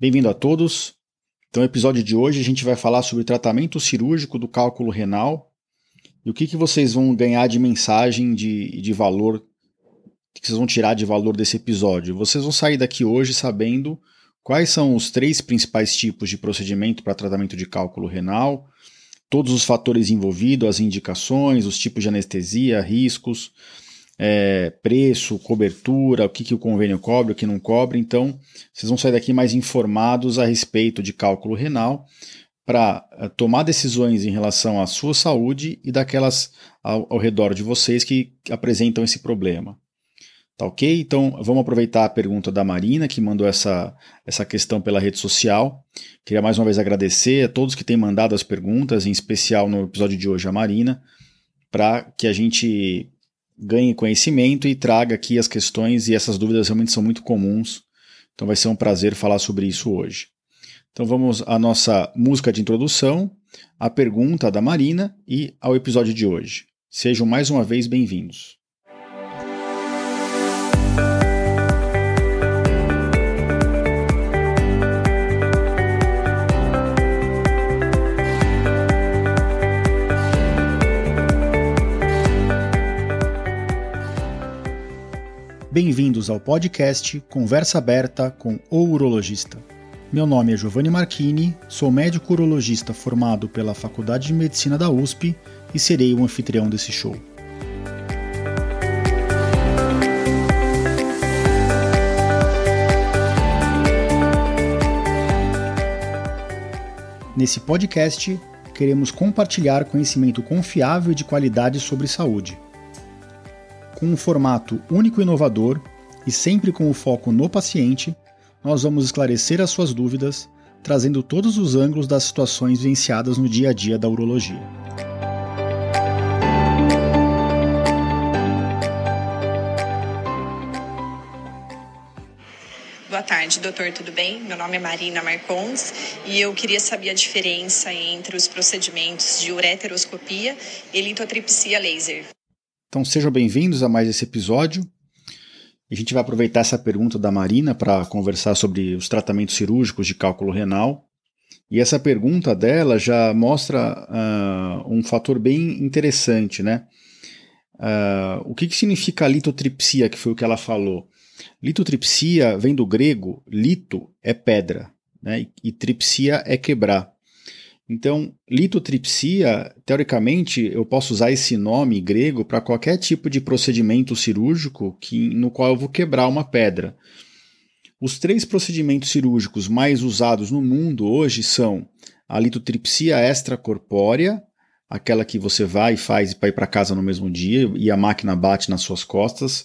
Bem-vindo a todos. Então, no episódio de hoje a gente vai falar sobre o tratamento cirúrgico do cálculo renal e o que vocês vão ganhar de mensagem de valor, o que vocês vão tirar de valor desse episódio. Vocês vão sair daqui hoje sabendo quais são os 3 principais tipos de procedimento para tratamento de cálculo renal, todos os fatores envolvidos, as indicações, os tipos de anestesia, riscos, preço, cobertura, o que o convênio cobre, o que não cobre. Então, vocês vão sair daqui mais informados a respeito de cálculo renal para tomar decisões em relação à sua saúde e daquelas ao redor de vocês que apresentam esse problema. Tá ok? Então, vamos aproveitar a pergunta da Marina, que mandou essa questão pela rede social. Queria mais uma vez agradecer a todos que têm mandado as perguntas, em especial no episódio de hoje a Marina, para que a gente ganhe conhecimento e traga aqui as questões, e essas dúvidas realmente são muito comuns, então vai ser um prazer falar sobre isso hoje. Então vamos à nossa música de introdução, à pergunta da Marina e ao episódio de hoje. Sejam mais uma vez bem-vindos. Bem-vindos ao podcast Conversa Aberta com o Urologista. Meu nome é Giovanni Marchini, sou médico urologista formado pela Faculdade de Medicina da USP e serei o anfitrião desse show. Nesse podcast, queremos compartilhar conhecimento confiável e de qualidade sobre saúde. Com um formato único e inovador e sempre com o foco no paciente, nós vamos esclarecer as suas dúvidas, trazendo todos os ângulos das situações vivenciadas no dia a dia da urologia. Boa tarde, doutor, tudo bem? Meu nome é Marina Marcons e eu queria saber a diferença entre os procedimentos de ureteroscopia e litotripsia laser. Então sejam bem-vindos a mais esse episódio. A gente vai aproveitar essa pergunta da Marina para conversar sobre os tratamentos cirúrgicos de cálculo renal. E essa pergunta dela já mostra um fator bem interessante, né? O que significa litotripsia, que foi o que ela falou? Litotripsia vem do grego, lito é pedra, né? E tripsia é quebrar. Então, litotripsia, teoricamente, eu posso usar esse nome grego para qualquer tipo de procedimento cirúrgico no qual eu vou quebrar uma pedra. Os 3 procedimentos cirúrgicos mais usados no mundo hoje são a litotripsia extracorpórea, aquela que você vai e faz para ir para casa no mesmo dia e a máquina bate nas suas costas,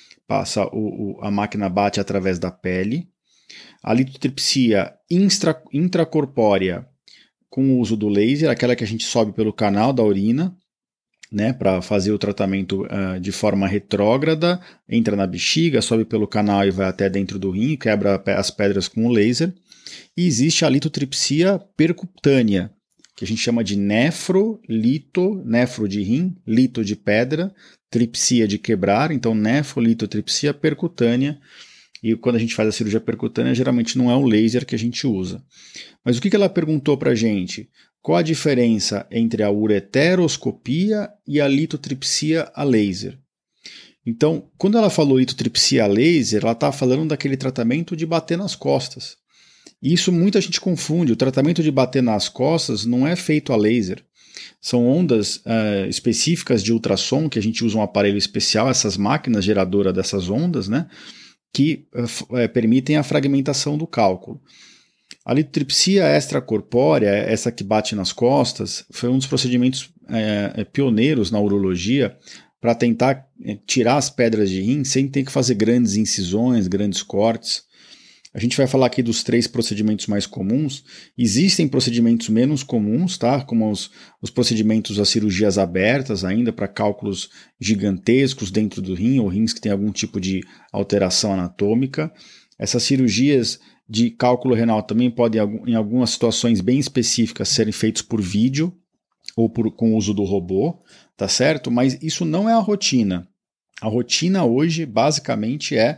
a máquina bate através da pele. A litotripsia intracorpórea, com o uso do laser, aquela que a gente sobe pelo canal da urina, né, para fazer o tratamento de forma retrógrada, entra na bexiga, sobe pelo canal e vai até dentro do rim, quebra as pedras com o laser. E existe a litotripsia percutânea, que a gente chama de nefro de rim, lito de pedra, tripsia de quebrar, então nefrolitotripsia percutânea. E quando a gente faz a cirurgia percutânea, geralmente não é o laser que a gente usa. Mas o que ela perguntou para a gente? Qual a diferença entre a ureteroscopia e a litotripsia a laser? Então, quando ela falou litotripsia a laser, ela estava falando daquele tratamento de bater nas costas. E isso muita gente confunde. O tratamento de bater nas costas não é feito a laser. São ondas específicas de ultrassom, que a gente usa um aparelho especial, essas máquinas geradoras dessas ondas, né? Que permitem a fragmentação do cálculo. A litotripsia extracorpórea, essa que bate nas costas, foi um dos procedimentos pioneiros na urologia para tentar tirar as pedras de rim sem ter que fazer grandes incisões, grandes cortes. A gente vai falar aqui dos 3 procedimentos mais comuns. Existem procedimentos menos comuns, tá? Como os procedimentos das cirurgias abertas ainda para cálculos gigantescos dentro do rim, ou rins que têm algum tipo de alteração anatômica. Essas cirurgias de cálculo renal também podem, em algumas situações bem específicas, serem feitos por vídeo ou com o uso do robô, tá certo? Mas isso não é a rotina. A rotina hoje, basicamente, é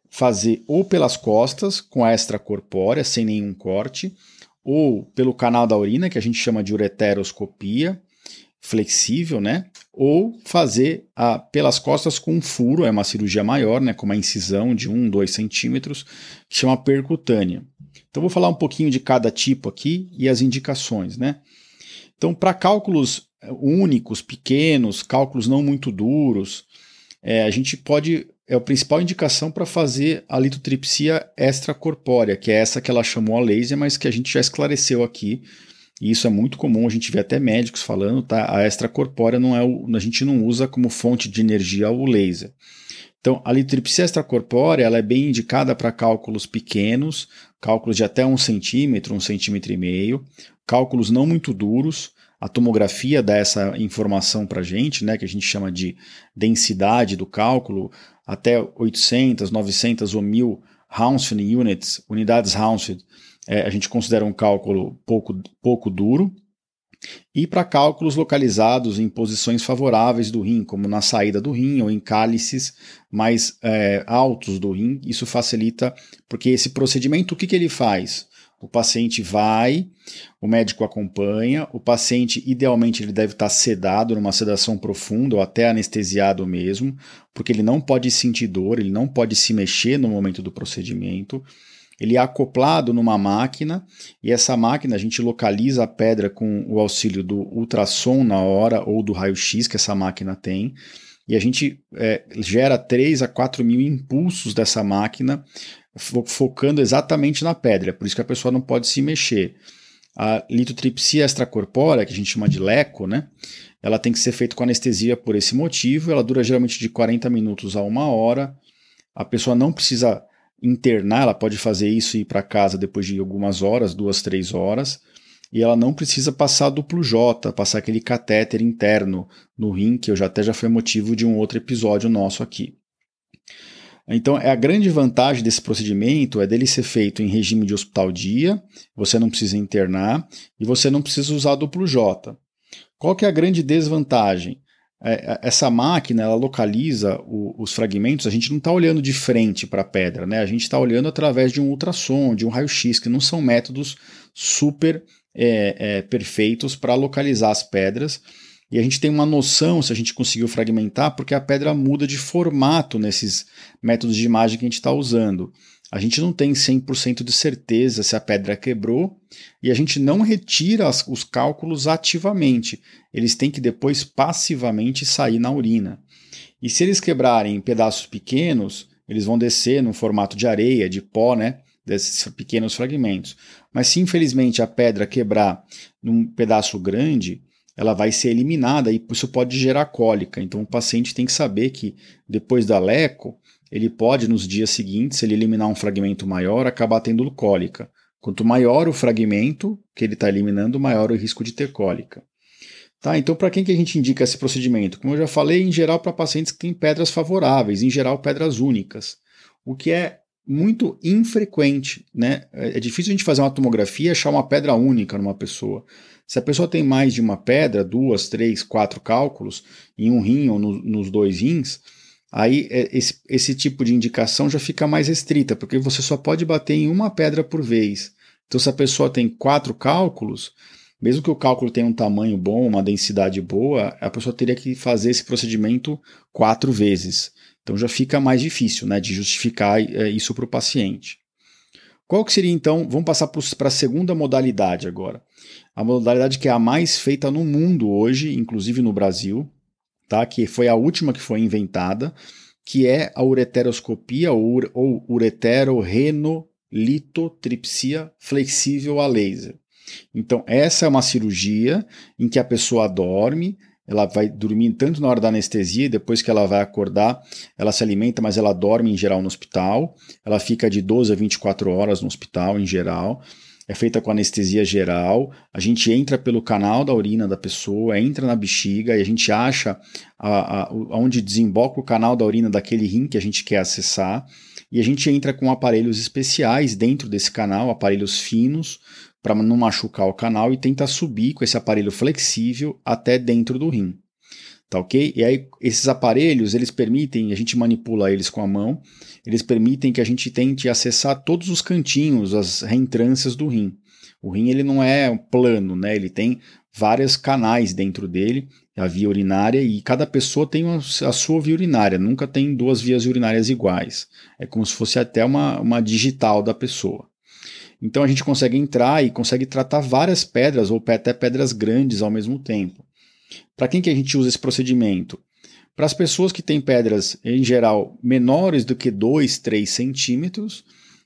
fazer ou pelas costas, com a extracorpórea, sem nenhum corte, ou pelo canal da urina, que a gente chama de ureteroscopia flexível, né? Ou fazer pelas costas com um furo, é uma cirurgia maior, né? Com uma incisão de 1, 2 centímetros, que chama percutânea. Então vou falar um pouquinho de cada tipo aqui e as indicações, né? Então, para cálculos únicos, pequenos, cálculos não muito duros, a gente pode... É a principal indicação para fazer a litotripsia extracorpórea, que é essa que ela chamou a laser, mas que a gente já esclareceu aqui. E isso é muito comum, a gente vê até médicos falando, tá? A extracorpórea a gente não usa como fonte de energia o laser. Então, a litotripsia extracorpórea ela é bem indicada para cálculos pequenos, cálculos de até 1 centímetro, 1,5 centímetros, cálculos não muito duros. A tomografia dá essa informação para a gente, né, que a gente chama de densidade do cálculo, até 800, 900 ou 1000 Hounsfield units, unidades Hounsfield, a gente considera um cálculo pouco duro. E para cálculos localizados em posições favoráveis do rim, como na saída do rim ou em cálices mais altos do rim, isso facilita, porque esse procedimento, o que ele faz? O paciente vai, o médico acompanha, o paciente idealmente ele deve estar sedado, numa sedação profunda ou até anestesiado mesmo, porque ele não pode sentir dor, ele não pode se mexer no momento do procedimento. Ele é acoplado numa máquina e essa máquina a gente localiza a pedra com o auxílio do ultrassom na hora ou do raio-x que essa máquina tem e a gente gera 3 a 4 mil impulsos dessa máquina focando exatamente na pedra, por isso que a pessoa não pode se mexer. A litotripsia extracorpórea, que a gente chama de LECO, né? Ela tem que ser feita com anestesia por esse motivo, ela dura geralmente de 40 minutos a 1 hora, a pessoa não precisa internar, ela pode fazer isso e ir para casa depois de algumas horas, 2, 3 horas, e ela não precisa passar duplo J, passar aquele catéter interno no rim, que já foi motivo de um outro episódio nosso aqui. Então, a grande vantagem desse procedimento é dele ser feito em regime de hospital-dia, você não precisa internar e você não precisa usar duplo J. Qual que é a grande desvantagem? Essa máquina ela localiza os fragmentos, a gente não está olhando de frente para a pedra, né? A gente está olhando através de um ultrassom, de um raio-x, que não são métodos super perfeitos para localizar as pedras. E a gente tem uma noção se a gente conseguiu fragmentar, porque a pedra muda de formato nesses métodos de imagem que a gente está usando. A gente não tem 100% de certeza se a pedra quebrou e a gente não retira os cálculos ativamente. Eles têm que depois passivamente sair na urina. E se eles quebrarem em pedaços pequenos, eles vão descer no formato de areia, de pó, né, desses pequenos fragmentos. Mas se infelizmente a pedra quebrar num pedaço grande, ela vai ser eliminada e isso pode gerar cólica. Então o paciente tem que saber que depois da LECO, ele pode nos dias seguintes, se ele eliminar um fragmento maior, acabar tendo cólica. Quanto maior o fragmento que ele está eliminando, maior o risco de ter cólica. Tá, então para quem que a gente indica esse procedimento? Como eu já falei, em geral para pacientes que têm pedras favoráveis, em geral pedras únicas, o que é muito infrequente, né? É difícil a gente fazer uma tomografia e achar uma pedra única numa pessoa. Se a pessoa tem mais de uma pedra, 2, 3, 4 cálculos, em um rim ou nos 2 rins, aí esse tipo de indicação já fica mais restrita, porque você só pode bater em uma pedra por vez. Então se a pessoa tem 4 cálculos, mesmo que o cálculo tenha um tamanho bom, uma densidade boa, a pessoa teria que fazer esse procedimento 4 vezes. Então já fica mais difícil, né, de justificar isso para o paciente. Qual que seria então, vamos passar para a segunda modalidade agora. A modalidade que é a mais feita no mundo hoje, inclusive no Brasil, tá? Que foi a última que foi inventada, que é a ureteroscopia ou ureterorenolitotripsia flexível a laser. Então essa é uma cirurgia em que a pessoa dorme, ela vai dormir tanto na hora da anestesia e depois que ela vai acordar, ela se alimenta, mas ela dorme em geral no hospital. Ela fica de 12 a 24 horas no hospital em geral. É feita com anestesia geral. A gente entra pelo canal da urina da pessoa, entra na bexiga e a gente acha onde desemboca o canal da urina daquele rim que a gente quer acessar. E a gente entra com aparelhos especiais dentro desse canal, aparelhos finos, para não machucar o canal e tenta subir com esse aparelho flexível até dentro do rim. tá ok? E aí esses aparelhos, eles permitem, a gente manipula eles com a mão, eles permitem que a gente tente acessar todos os cantinhos, as reentrâncias do rim. O rim ele não é plano, né? Ele tem vários canais dentro dele, a via urinária, e cada pessoa tem a sua via urinária, nunca tem duas vias urinárias iguais. É como se fosse até uma digital da pessoa. Então a gente consegue entrar e consegue tratar várias pedras, ou até pedras grandes ao mesmo tempo. Para quem que a gente usa esse procedimento? Para as pessoas que têm pedras, em geral, menores do que 2, 3 centímetros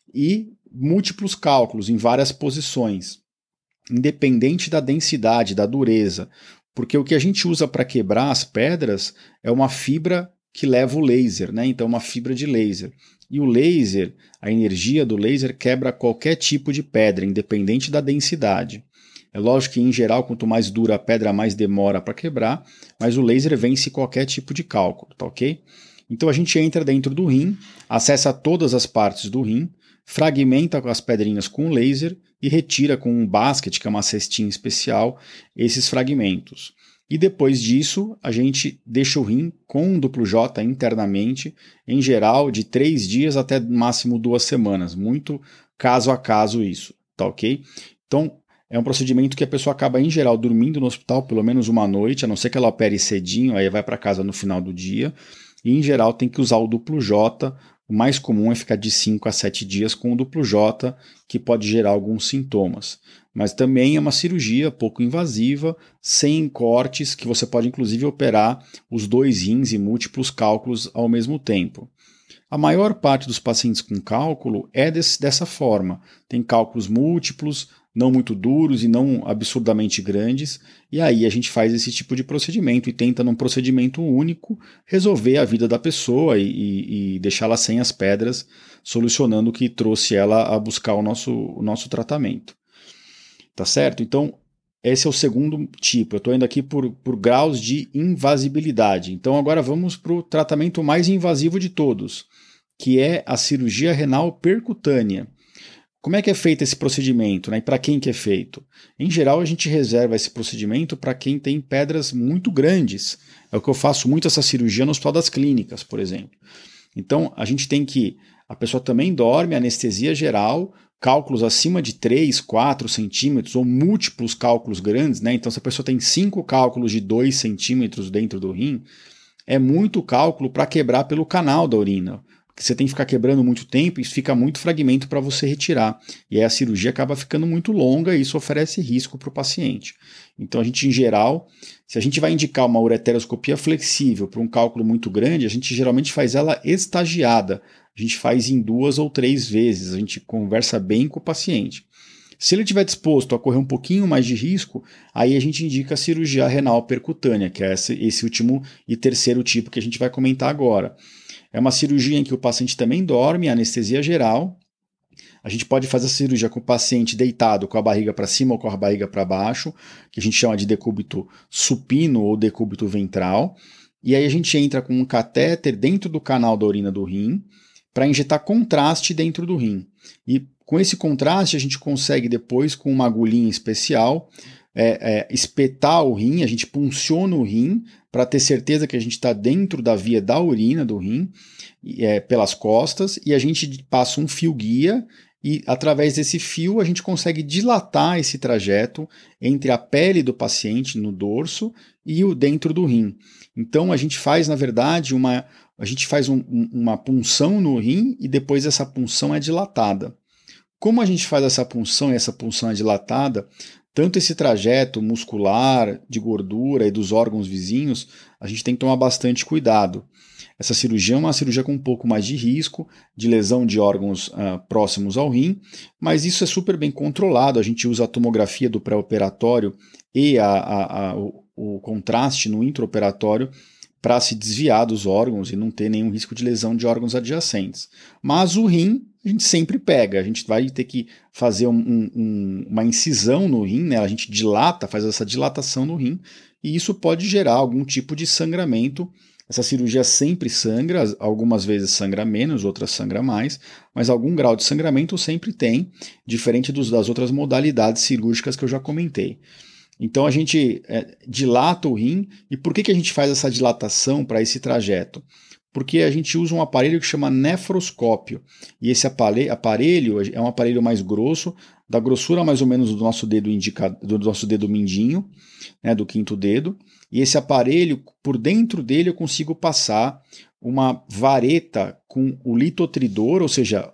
e múltiplos cálculos em várias posições, independente da densidade, da dureza. Porque o que a gente usa para quebrar as pedras é uma fibra que leva o laser, né? Então uma fibra de laser. E o laser, a energia do laser quebra qualquer tipo de pedra, independente da densidade. É lógico que, em geral, quanto mais dura a pedra, mais demora para quebrar, mas o laser vence qualquer tipo de cálculo, tá ok? Então a gente entra dentro do rim, acessa todas as partes do rim, fragmenta as pedrinhas com laser e retira com um basket, que é uma cestinha especial, esses fragmentos. E depois disso, a gente deixa o rim com um duplo J internamente, em geral, de 3 dias até máximo 2 semanas. Muito caso a caso isso, tá ok? Então, é um procedimento que a pessoa acaba, em geral, dormindo no hospital pelo menos uma noite, a não ser que ela opere cedinho, aí vai para casa no final do dia. E, em geral, tem que usar o duplo J. O mais comum é ficar de 5 a 7 dias com o duplo J, que pode gerar alguns sintomas. Mas também é uma cirurgia pouco invasiva, sem cortes, que você pode, inclusive, operar os 2 rins e múltiplos cálculos ao mesmo tempo. A maior parte dos pacientes com cálculo é dessa forma. Tem cálculos múltiplos, não muito duros e não absurdamente grandes, e aí a gente faz esse tipo de procedimento e tenta, num procedimento único, resolver a vida da pessoa e deixá-la sem as pedras, solucionando o que trouxe ela a buscar o nosso tratamento. Tá certo? Então, esse é o segundo tipo. Eu estou indo aqui por graus de invasibilidade. Então, agora vamos para o tratamento mais invasivo de todos, que é a cirurgia renal percutânea. Como é que é feito esse procedimento, né? E para quem que é feito? Em geral, a gente reserva esse procedimento para quem tem pedras muito grandes. É o que eu faço muito essa cirurgia no Hospital das Clínicas, por exemplo. Então, a gente tem que... A pessoa também dorme, anestesia geral, cálculos acima de 3, 4 centímetros ou múltiplos cálculos grandes, né? Então, se a pessoa tem 5 cálculos de 2 centímetros dentro do rim, é muito cálculo para quebrar pelo canal da urina. Porque você tem que ficar quebrando muito tempo e fica muito fragmento para você retirar. E aí a cirurgia acaba ficando muito longa e isso oferece risco para o paciente. Então a gente, em geral, se a gente vai indicar uma ureteroscopia flexível para um cálculo muito grande, a gente geralmente faz ela estagiada. A gente faz em 2 ou 3 vezes, a gente conversa bem com o paciente. Se ele estiver disposto a correr um pouquinho mais de risco, aí a gente indica a cirurgia renal percutânea, que é esse último e terceiro tipo que a gente vai comentar agora. É uma cirurgia em que o paciente também dorme, anestesia geral. A gente pode fazer a cirurgia com o paciente deitado com a barriga para cima ou com a barriga para baixo, que a gente chama de decúbito supino ou decúbito ventral. E aí a gente entra com um catéter dentro do canal da urina do rim para injetar contraste dentro do rim. E com esse contraste a gente consegue depois, com uma agulhinha especial, espetar o rim, a gente punciona o rim para ter certeza que a gente está dentro da via da urina do rim, pelas costas, e a gente passa um fio guia e através desse fio a gente consegue dilatar esse trajeto entre a pele do paciente no dorso e o dentro do rim. Então a gente faz, na verdade, uma punção no rim e depois essa punção é dilatada. Como a gente faz essa punção e essa punção é dilatada, tanto esse trajeto muscular, de gordura e dos órgãos vizinhos, a gente tem que tomar bastante cuidado. Essa cirurgia é uma cirurgia com um pouco mais de risco, de lesão de órgãos próximos ao rim, mas isso é super bem controlado. A gente usa a tomografia do pré-operatório e o contraste no intraoperatório para se desviar dos órgãos e não ter nenhum risco de lesão de órgãos adjacentes. Mas o rim a gente sempre pega, a gente vai ter que fazer uma incisão no rim, né? A gente dilata, faz essa dilatação no rim, e isso pode gerar algum tipo de sangramento. Essa cirurgia sempre sangra, algumas vezes sangra menos, outras sangra mais, mas algum grau de sangramento sempre tem, diferente das outras modalidades cirúrgicas que eu já comentei. Então a gente dilata o rim. E por que a gente faz essa dilatação para esse trajeto? Porque a gente usa um aparelho que chama nefroscópio. E esse aparelho é um aparelho mais grosso, da grossura mais ou menos do nosso dedo do nosso dedo mindinho, né, do quinto dedo. E esse aparelho, por dentro dele, eu consigo passar uma vareta com o litotridor, ou seja,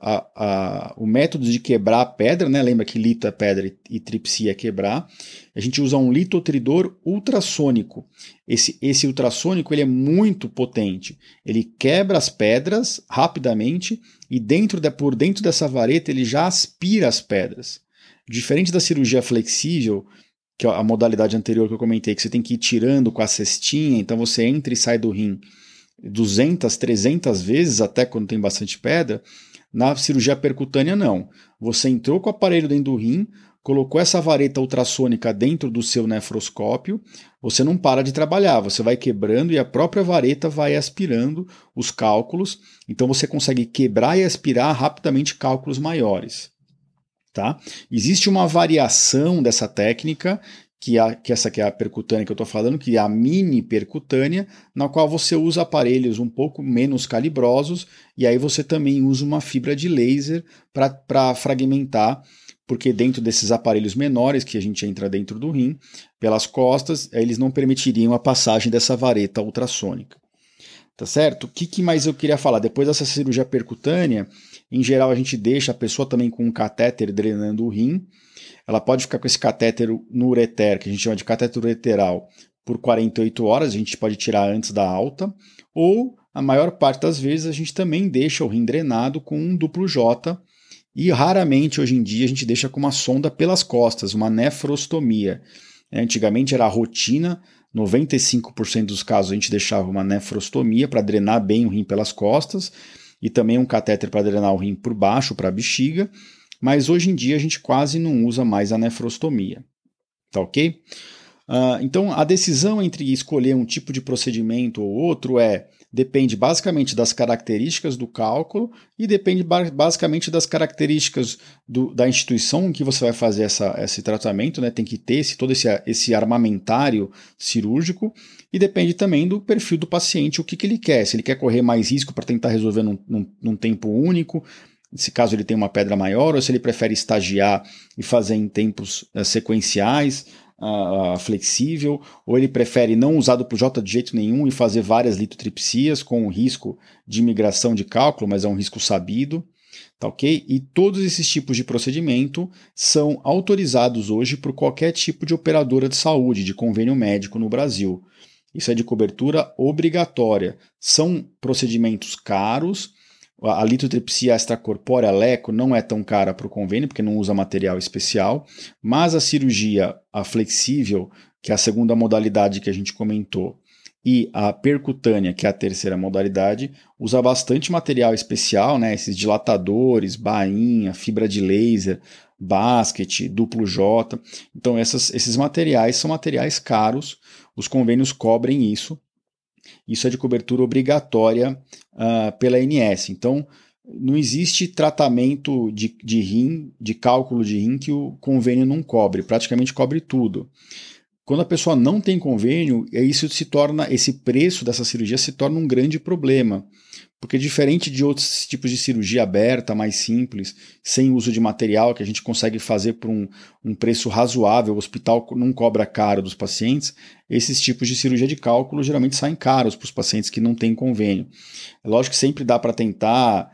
o método de quebrar a pedra, né? Lembra que lito é pedra e tripsia é quebrar. A gente usa um litotridor ultrassônico. Esse ultrassônico ele é muito potente. Ele quebra as pedras rapidamente e por dentro dessa vareta ele já aspira as pedras. Diferente da cirurgia flexível, que é a modalidade anterior que eu comentei, que você tem que ir tirando com a cestinha, então você entra e sai do rim 200, 300 vezes, até quando tem bastante pedra. Na cirurgia percutânea, não. Você entrou com o aparelho dentro do rim, colocou essa vareta ultrassônica dentro do seu nefroscópio, você não para de trabalhar, você vai quebrando e a própria vareta vai aspirando os cálculos, então você consegue quebrar e aspirar rapidamente cálculos maiores. Tá? Existe uma variação dessa técnica, que essa que é a percutânea que eu estou falando, que é a mini percutânea, na qual você usa aparelhos um pouco menos calibrosos e aí você também usa uma fibra de laser para fragmentar, porque dentro desses aparelhos menores que a gente entra dentro do rim, pelas costas, eles não permitiriam a passagem dessa vareta ultrassônica. Tá certo? O que mais eu queria falar? Depois dessa cirurgia percutânea, em geral a gente deixa a pessoa também com um catéter drenando o rim. Ela pode ficar com esse catéter no ureter, que a gente chama de catéter ureteral, por 48 horas, a gente pode tirar antes da alta, ou a maior parte das vezes a gente também deixa o rim drenado com um duplo J, e raramente hoje em dia a gente deixa com uma sonda pelas costas, uma nefrostomia. Antigamente era a rotina, 95% dos casos a gente deixava uma nefrostomia para drenar bem o rim pelas costas, e também um catéter para drenar o rim por baixo, para a bexiga, mas hoje em dia a gente quase não usa mais a nefrostomia. Tá ok? Então a decisão entre escolher um tipo de procedimento ou outro depende basicamente das características do cálculo e depende basicamente das características da instituição em que você vai fazer esse tratamento, né? Tem que ter todo esse armamentário cirúrgico e depende também do perfil do paciente, o que ele quer. Se ele quer correr mais risco para tentar resolver num tempo único, se caso ele tem uma pedra maior, ou se ele prefere estagiar e fazer em tempos sequenciais, flexível, ou ele prefere não usar duplo J de jeito nenhum e fazer várias litotripsias com o risco de migração de cálculo, mas é um risco sabido, tá ok? E todos esses tipos de procedimento são autorizados hoje por qualquer tipo de operadora de saúde, de convênio médico no Brasil. Isso é de cobertura obrigatória. São procedimentos caros. A litotripsia extracorpórea, LECO, não é tão cara para o convênio, porque não usa material especial, mas a cirurgia flexível, que é a segunda modalidade que a gente comentou, e a percutânea, que é a terceira modalidade, usa bastante material especial, né? Esses dilatadores, bainha, fibra de laser, basket, duplo J. Então esses materiais são materiais caros, os convênios cobrem isso. Isso é de cobertura obrigatória pela ANS. Então, não existe tratamento de rim, de cálculo de rim, que o convênio não cobre. Praticamente cobre tudo. Quando a pessoa não tem convênio, esse preço dessa cirurgia se torna um grande problema. Porque diferente de outros tipos de cirurgia aberta, mais simples, sem uso de material, que a gente consegue fazer por um preço razoável, o hospital não cobra caro dos pacientes, esses tipos de cirurgia de cálculo geralmente saem caros para os pacientes que não têm convênio. É lógico que sempre dá para tentar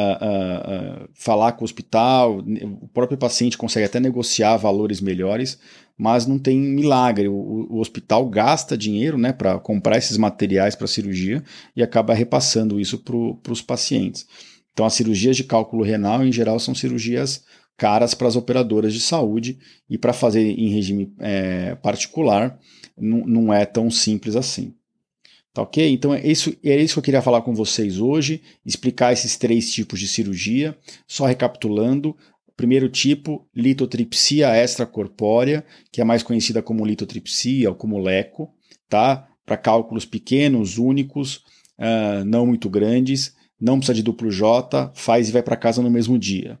falar com o hospital, o próprio paciente consegue até negociar valores melhores, mas não tem milagre. O hospital gasta dinheiro, né, para comprar esses materiais para a cirurgia e acaba repassando isso para os pacientes. Então, as cirurgias de cálculo renal, em geral, são cirurgias caras para as operadoras de saúde e para fazer em regime particular não é tão simples assim. Tá ok? Então é isso que eu queria falar com vocês hoje, explicar esses 3 tipos de cirurgia. Só recapitulando: primeiro tipo, litotripsia extracorpórea, que é mais conhecida como litotripsia ou como LECO, tá? Para cálculos pequenos, únicos, não muito grandes, não precisa de duplo J, faz e vai para casa no mesmo dia.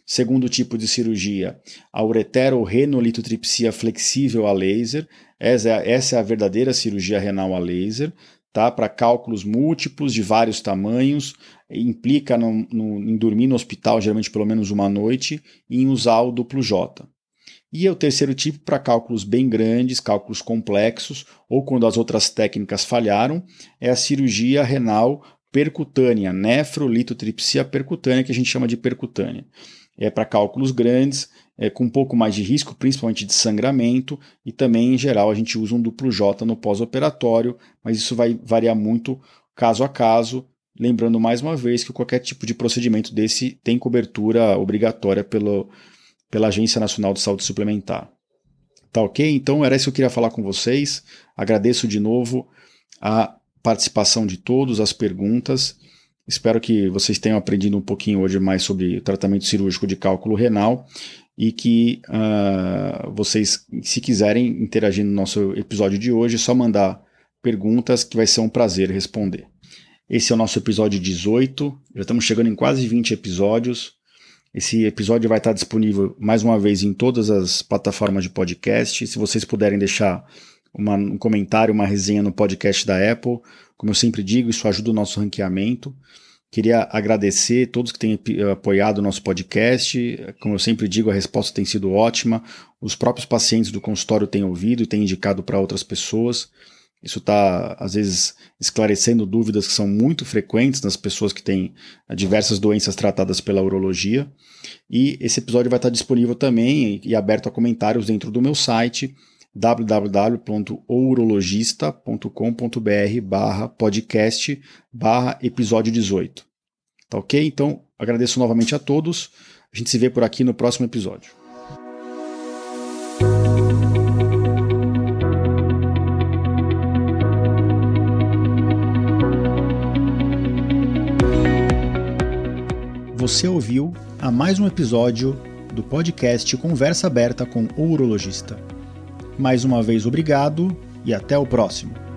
Segundo tipo de cirurgia, a ureterorenolitotripsia flexível a laser. Essa é a verdadeira cirurgia renal a laser, tá? Para cálculos múltiplos de vários tamanhos, implica em dormir no hospital, geralmente pelo menos uma noite, e em usar o duplo J. E o terceiro tipo, para cálculos bem grandes, cálculos complexos, ou quando as outras técnicas falharam, é a cirurgia renal percutânea, nefrolitotripsia percutânea, que a gente chama de percutânea. É para cálculos grandes, com um pouco mais de risco, principalmente de sangramento, e também, em geral, a gente usa um duplo J no pós-operatório, mas isso vai variar muito caso a caso, lembrando mais uma vez que qualquer tipo de procedimento desse tem cobertura obrigatória pela Agência Nacional de Saúde Suplementar. Tá ok? Então era isso que eu queria falar com vocês. Agradeço de novo a participação de todos, as perguntas. Espero que vocês tenham aprendido um pouquinho hoje mais sobre o tratamento cirúrgico de cálculo renal e que vocês, se quiserem interagir no nosso episódio de hoje, é só mandar perguntas que vai ser um prazer responder. Esse é o nosso episódio 18, já estamos chegando em quase 20 episódios. Esse episódio vai estar disponível mais uma vez em todas as plataformas de podcast. Se vocês puderem deixar um comentário, uma resenha no podcast da Apple, como eu sempre digo, isso ajuda o nosso ranqueamento. Queria agradecer a todos que têm apoiado o nosso podcast. Como eu sempre digo, a resposta tem sido ótima. Os próprios pacientes do consultório têm ouvido e têm indicado para outras pessoas. Isso está, às vezes, esclarecendo dúvidas que são muito frequentes nas pessoas que têm diversas doenças tratadas pela urologia. E esse episódio vai estar disponível também e aberto a comentários dentro do meu site www.ourologista.com.br/podcast/episódio 18. Tá ok? Então, agradeço novamente a todos. A gente se vê por aqui no próximo episódio. Você ouviu a mais um episódio do podcast Conversa Aberta com o Urologista. Mais uma vez, obrigado e até o próximo.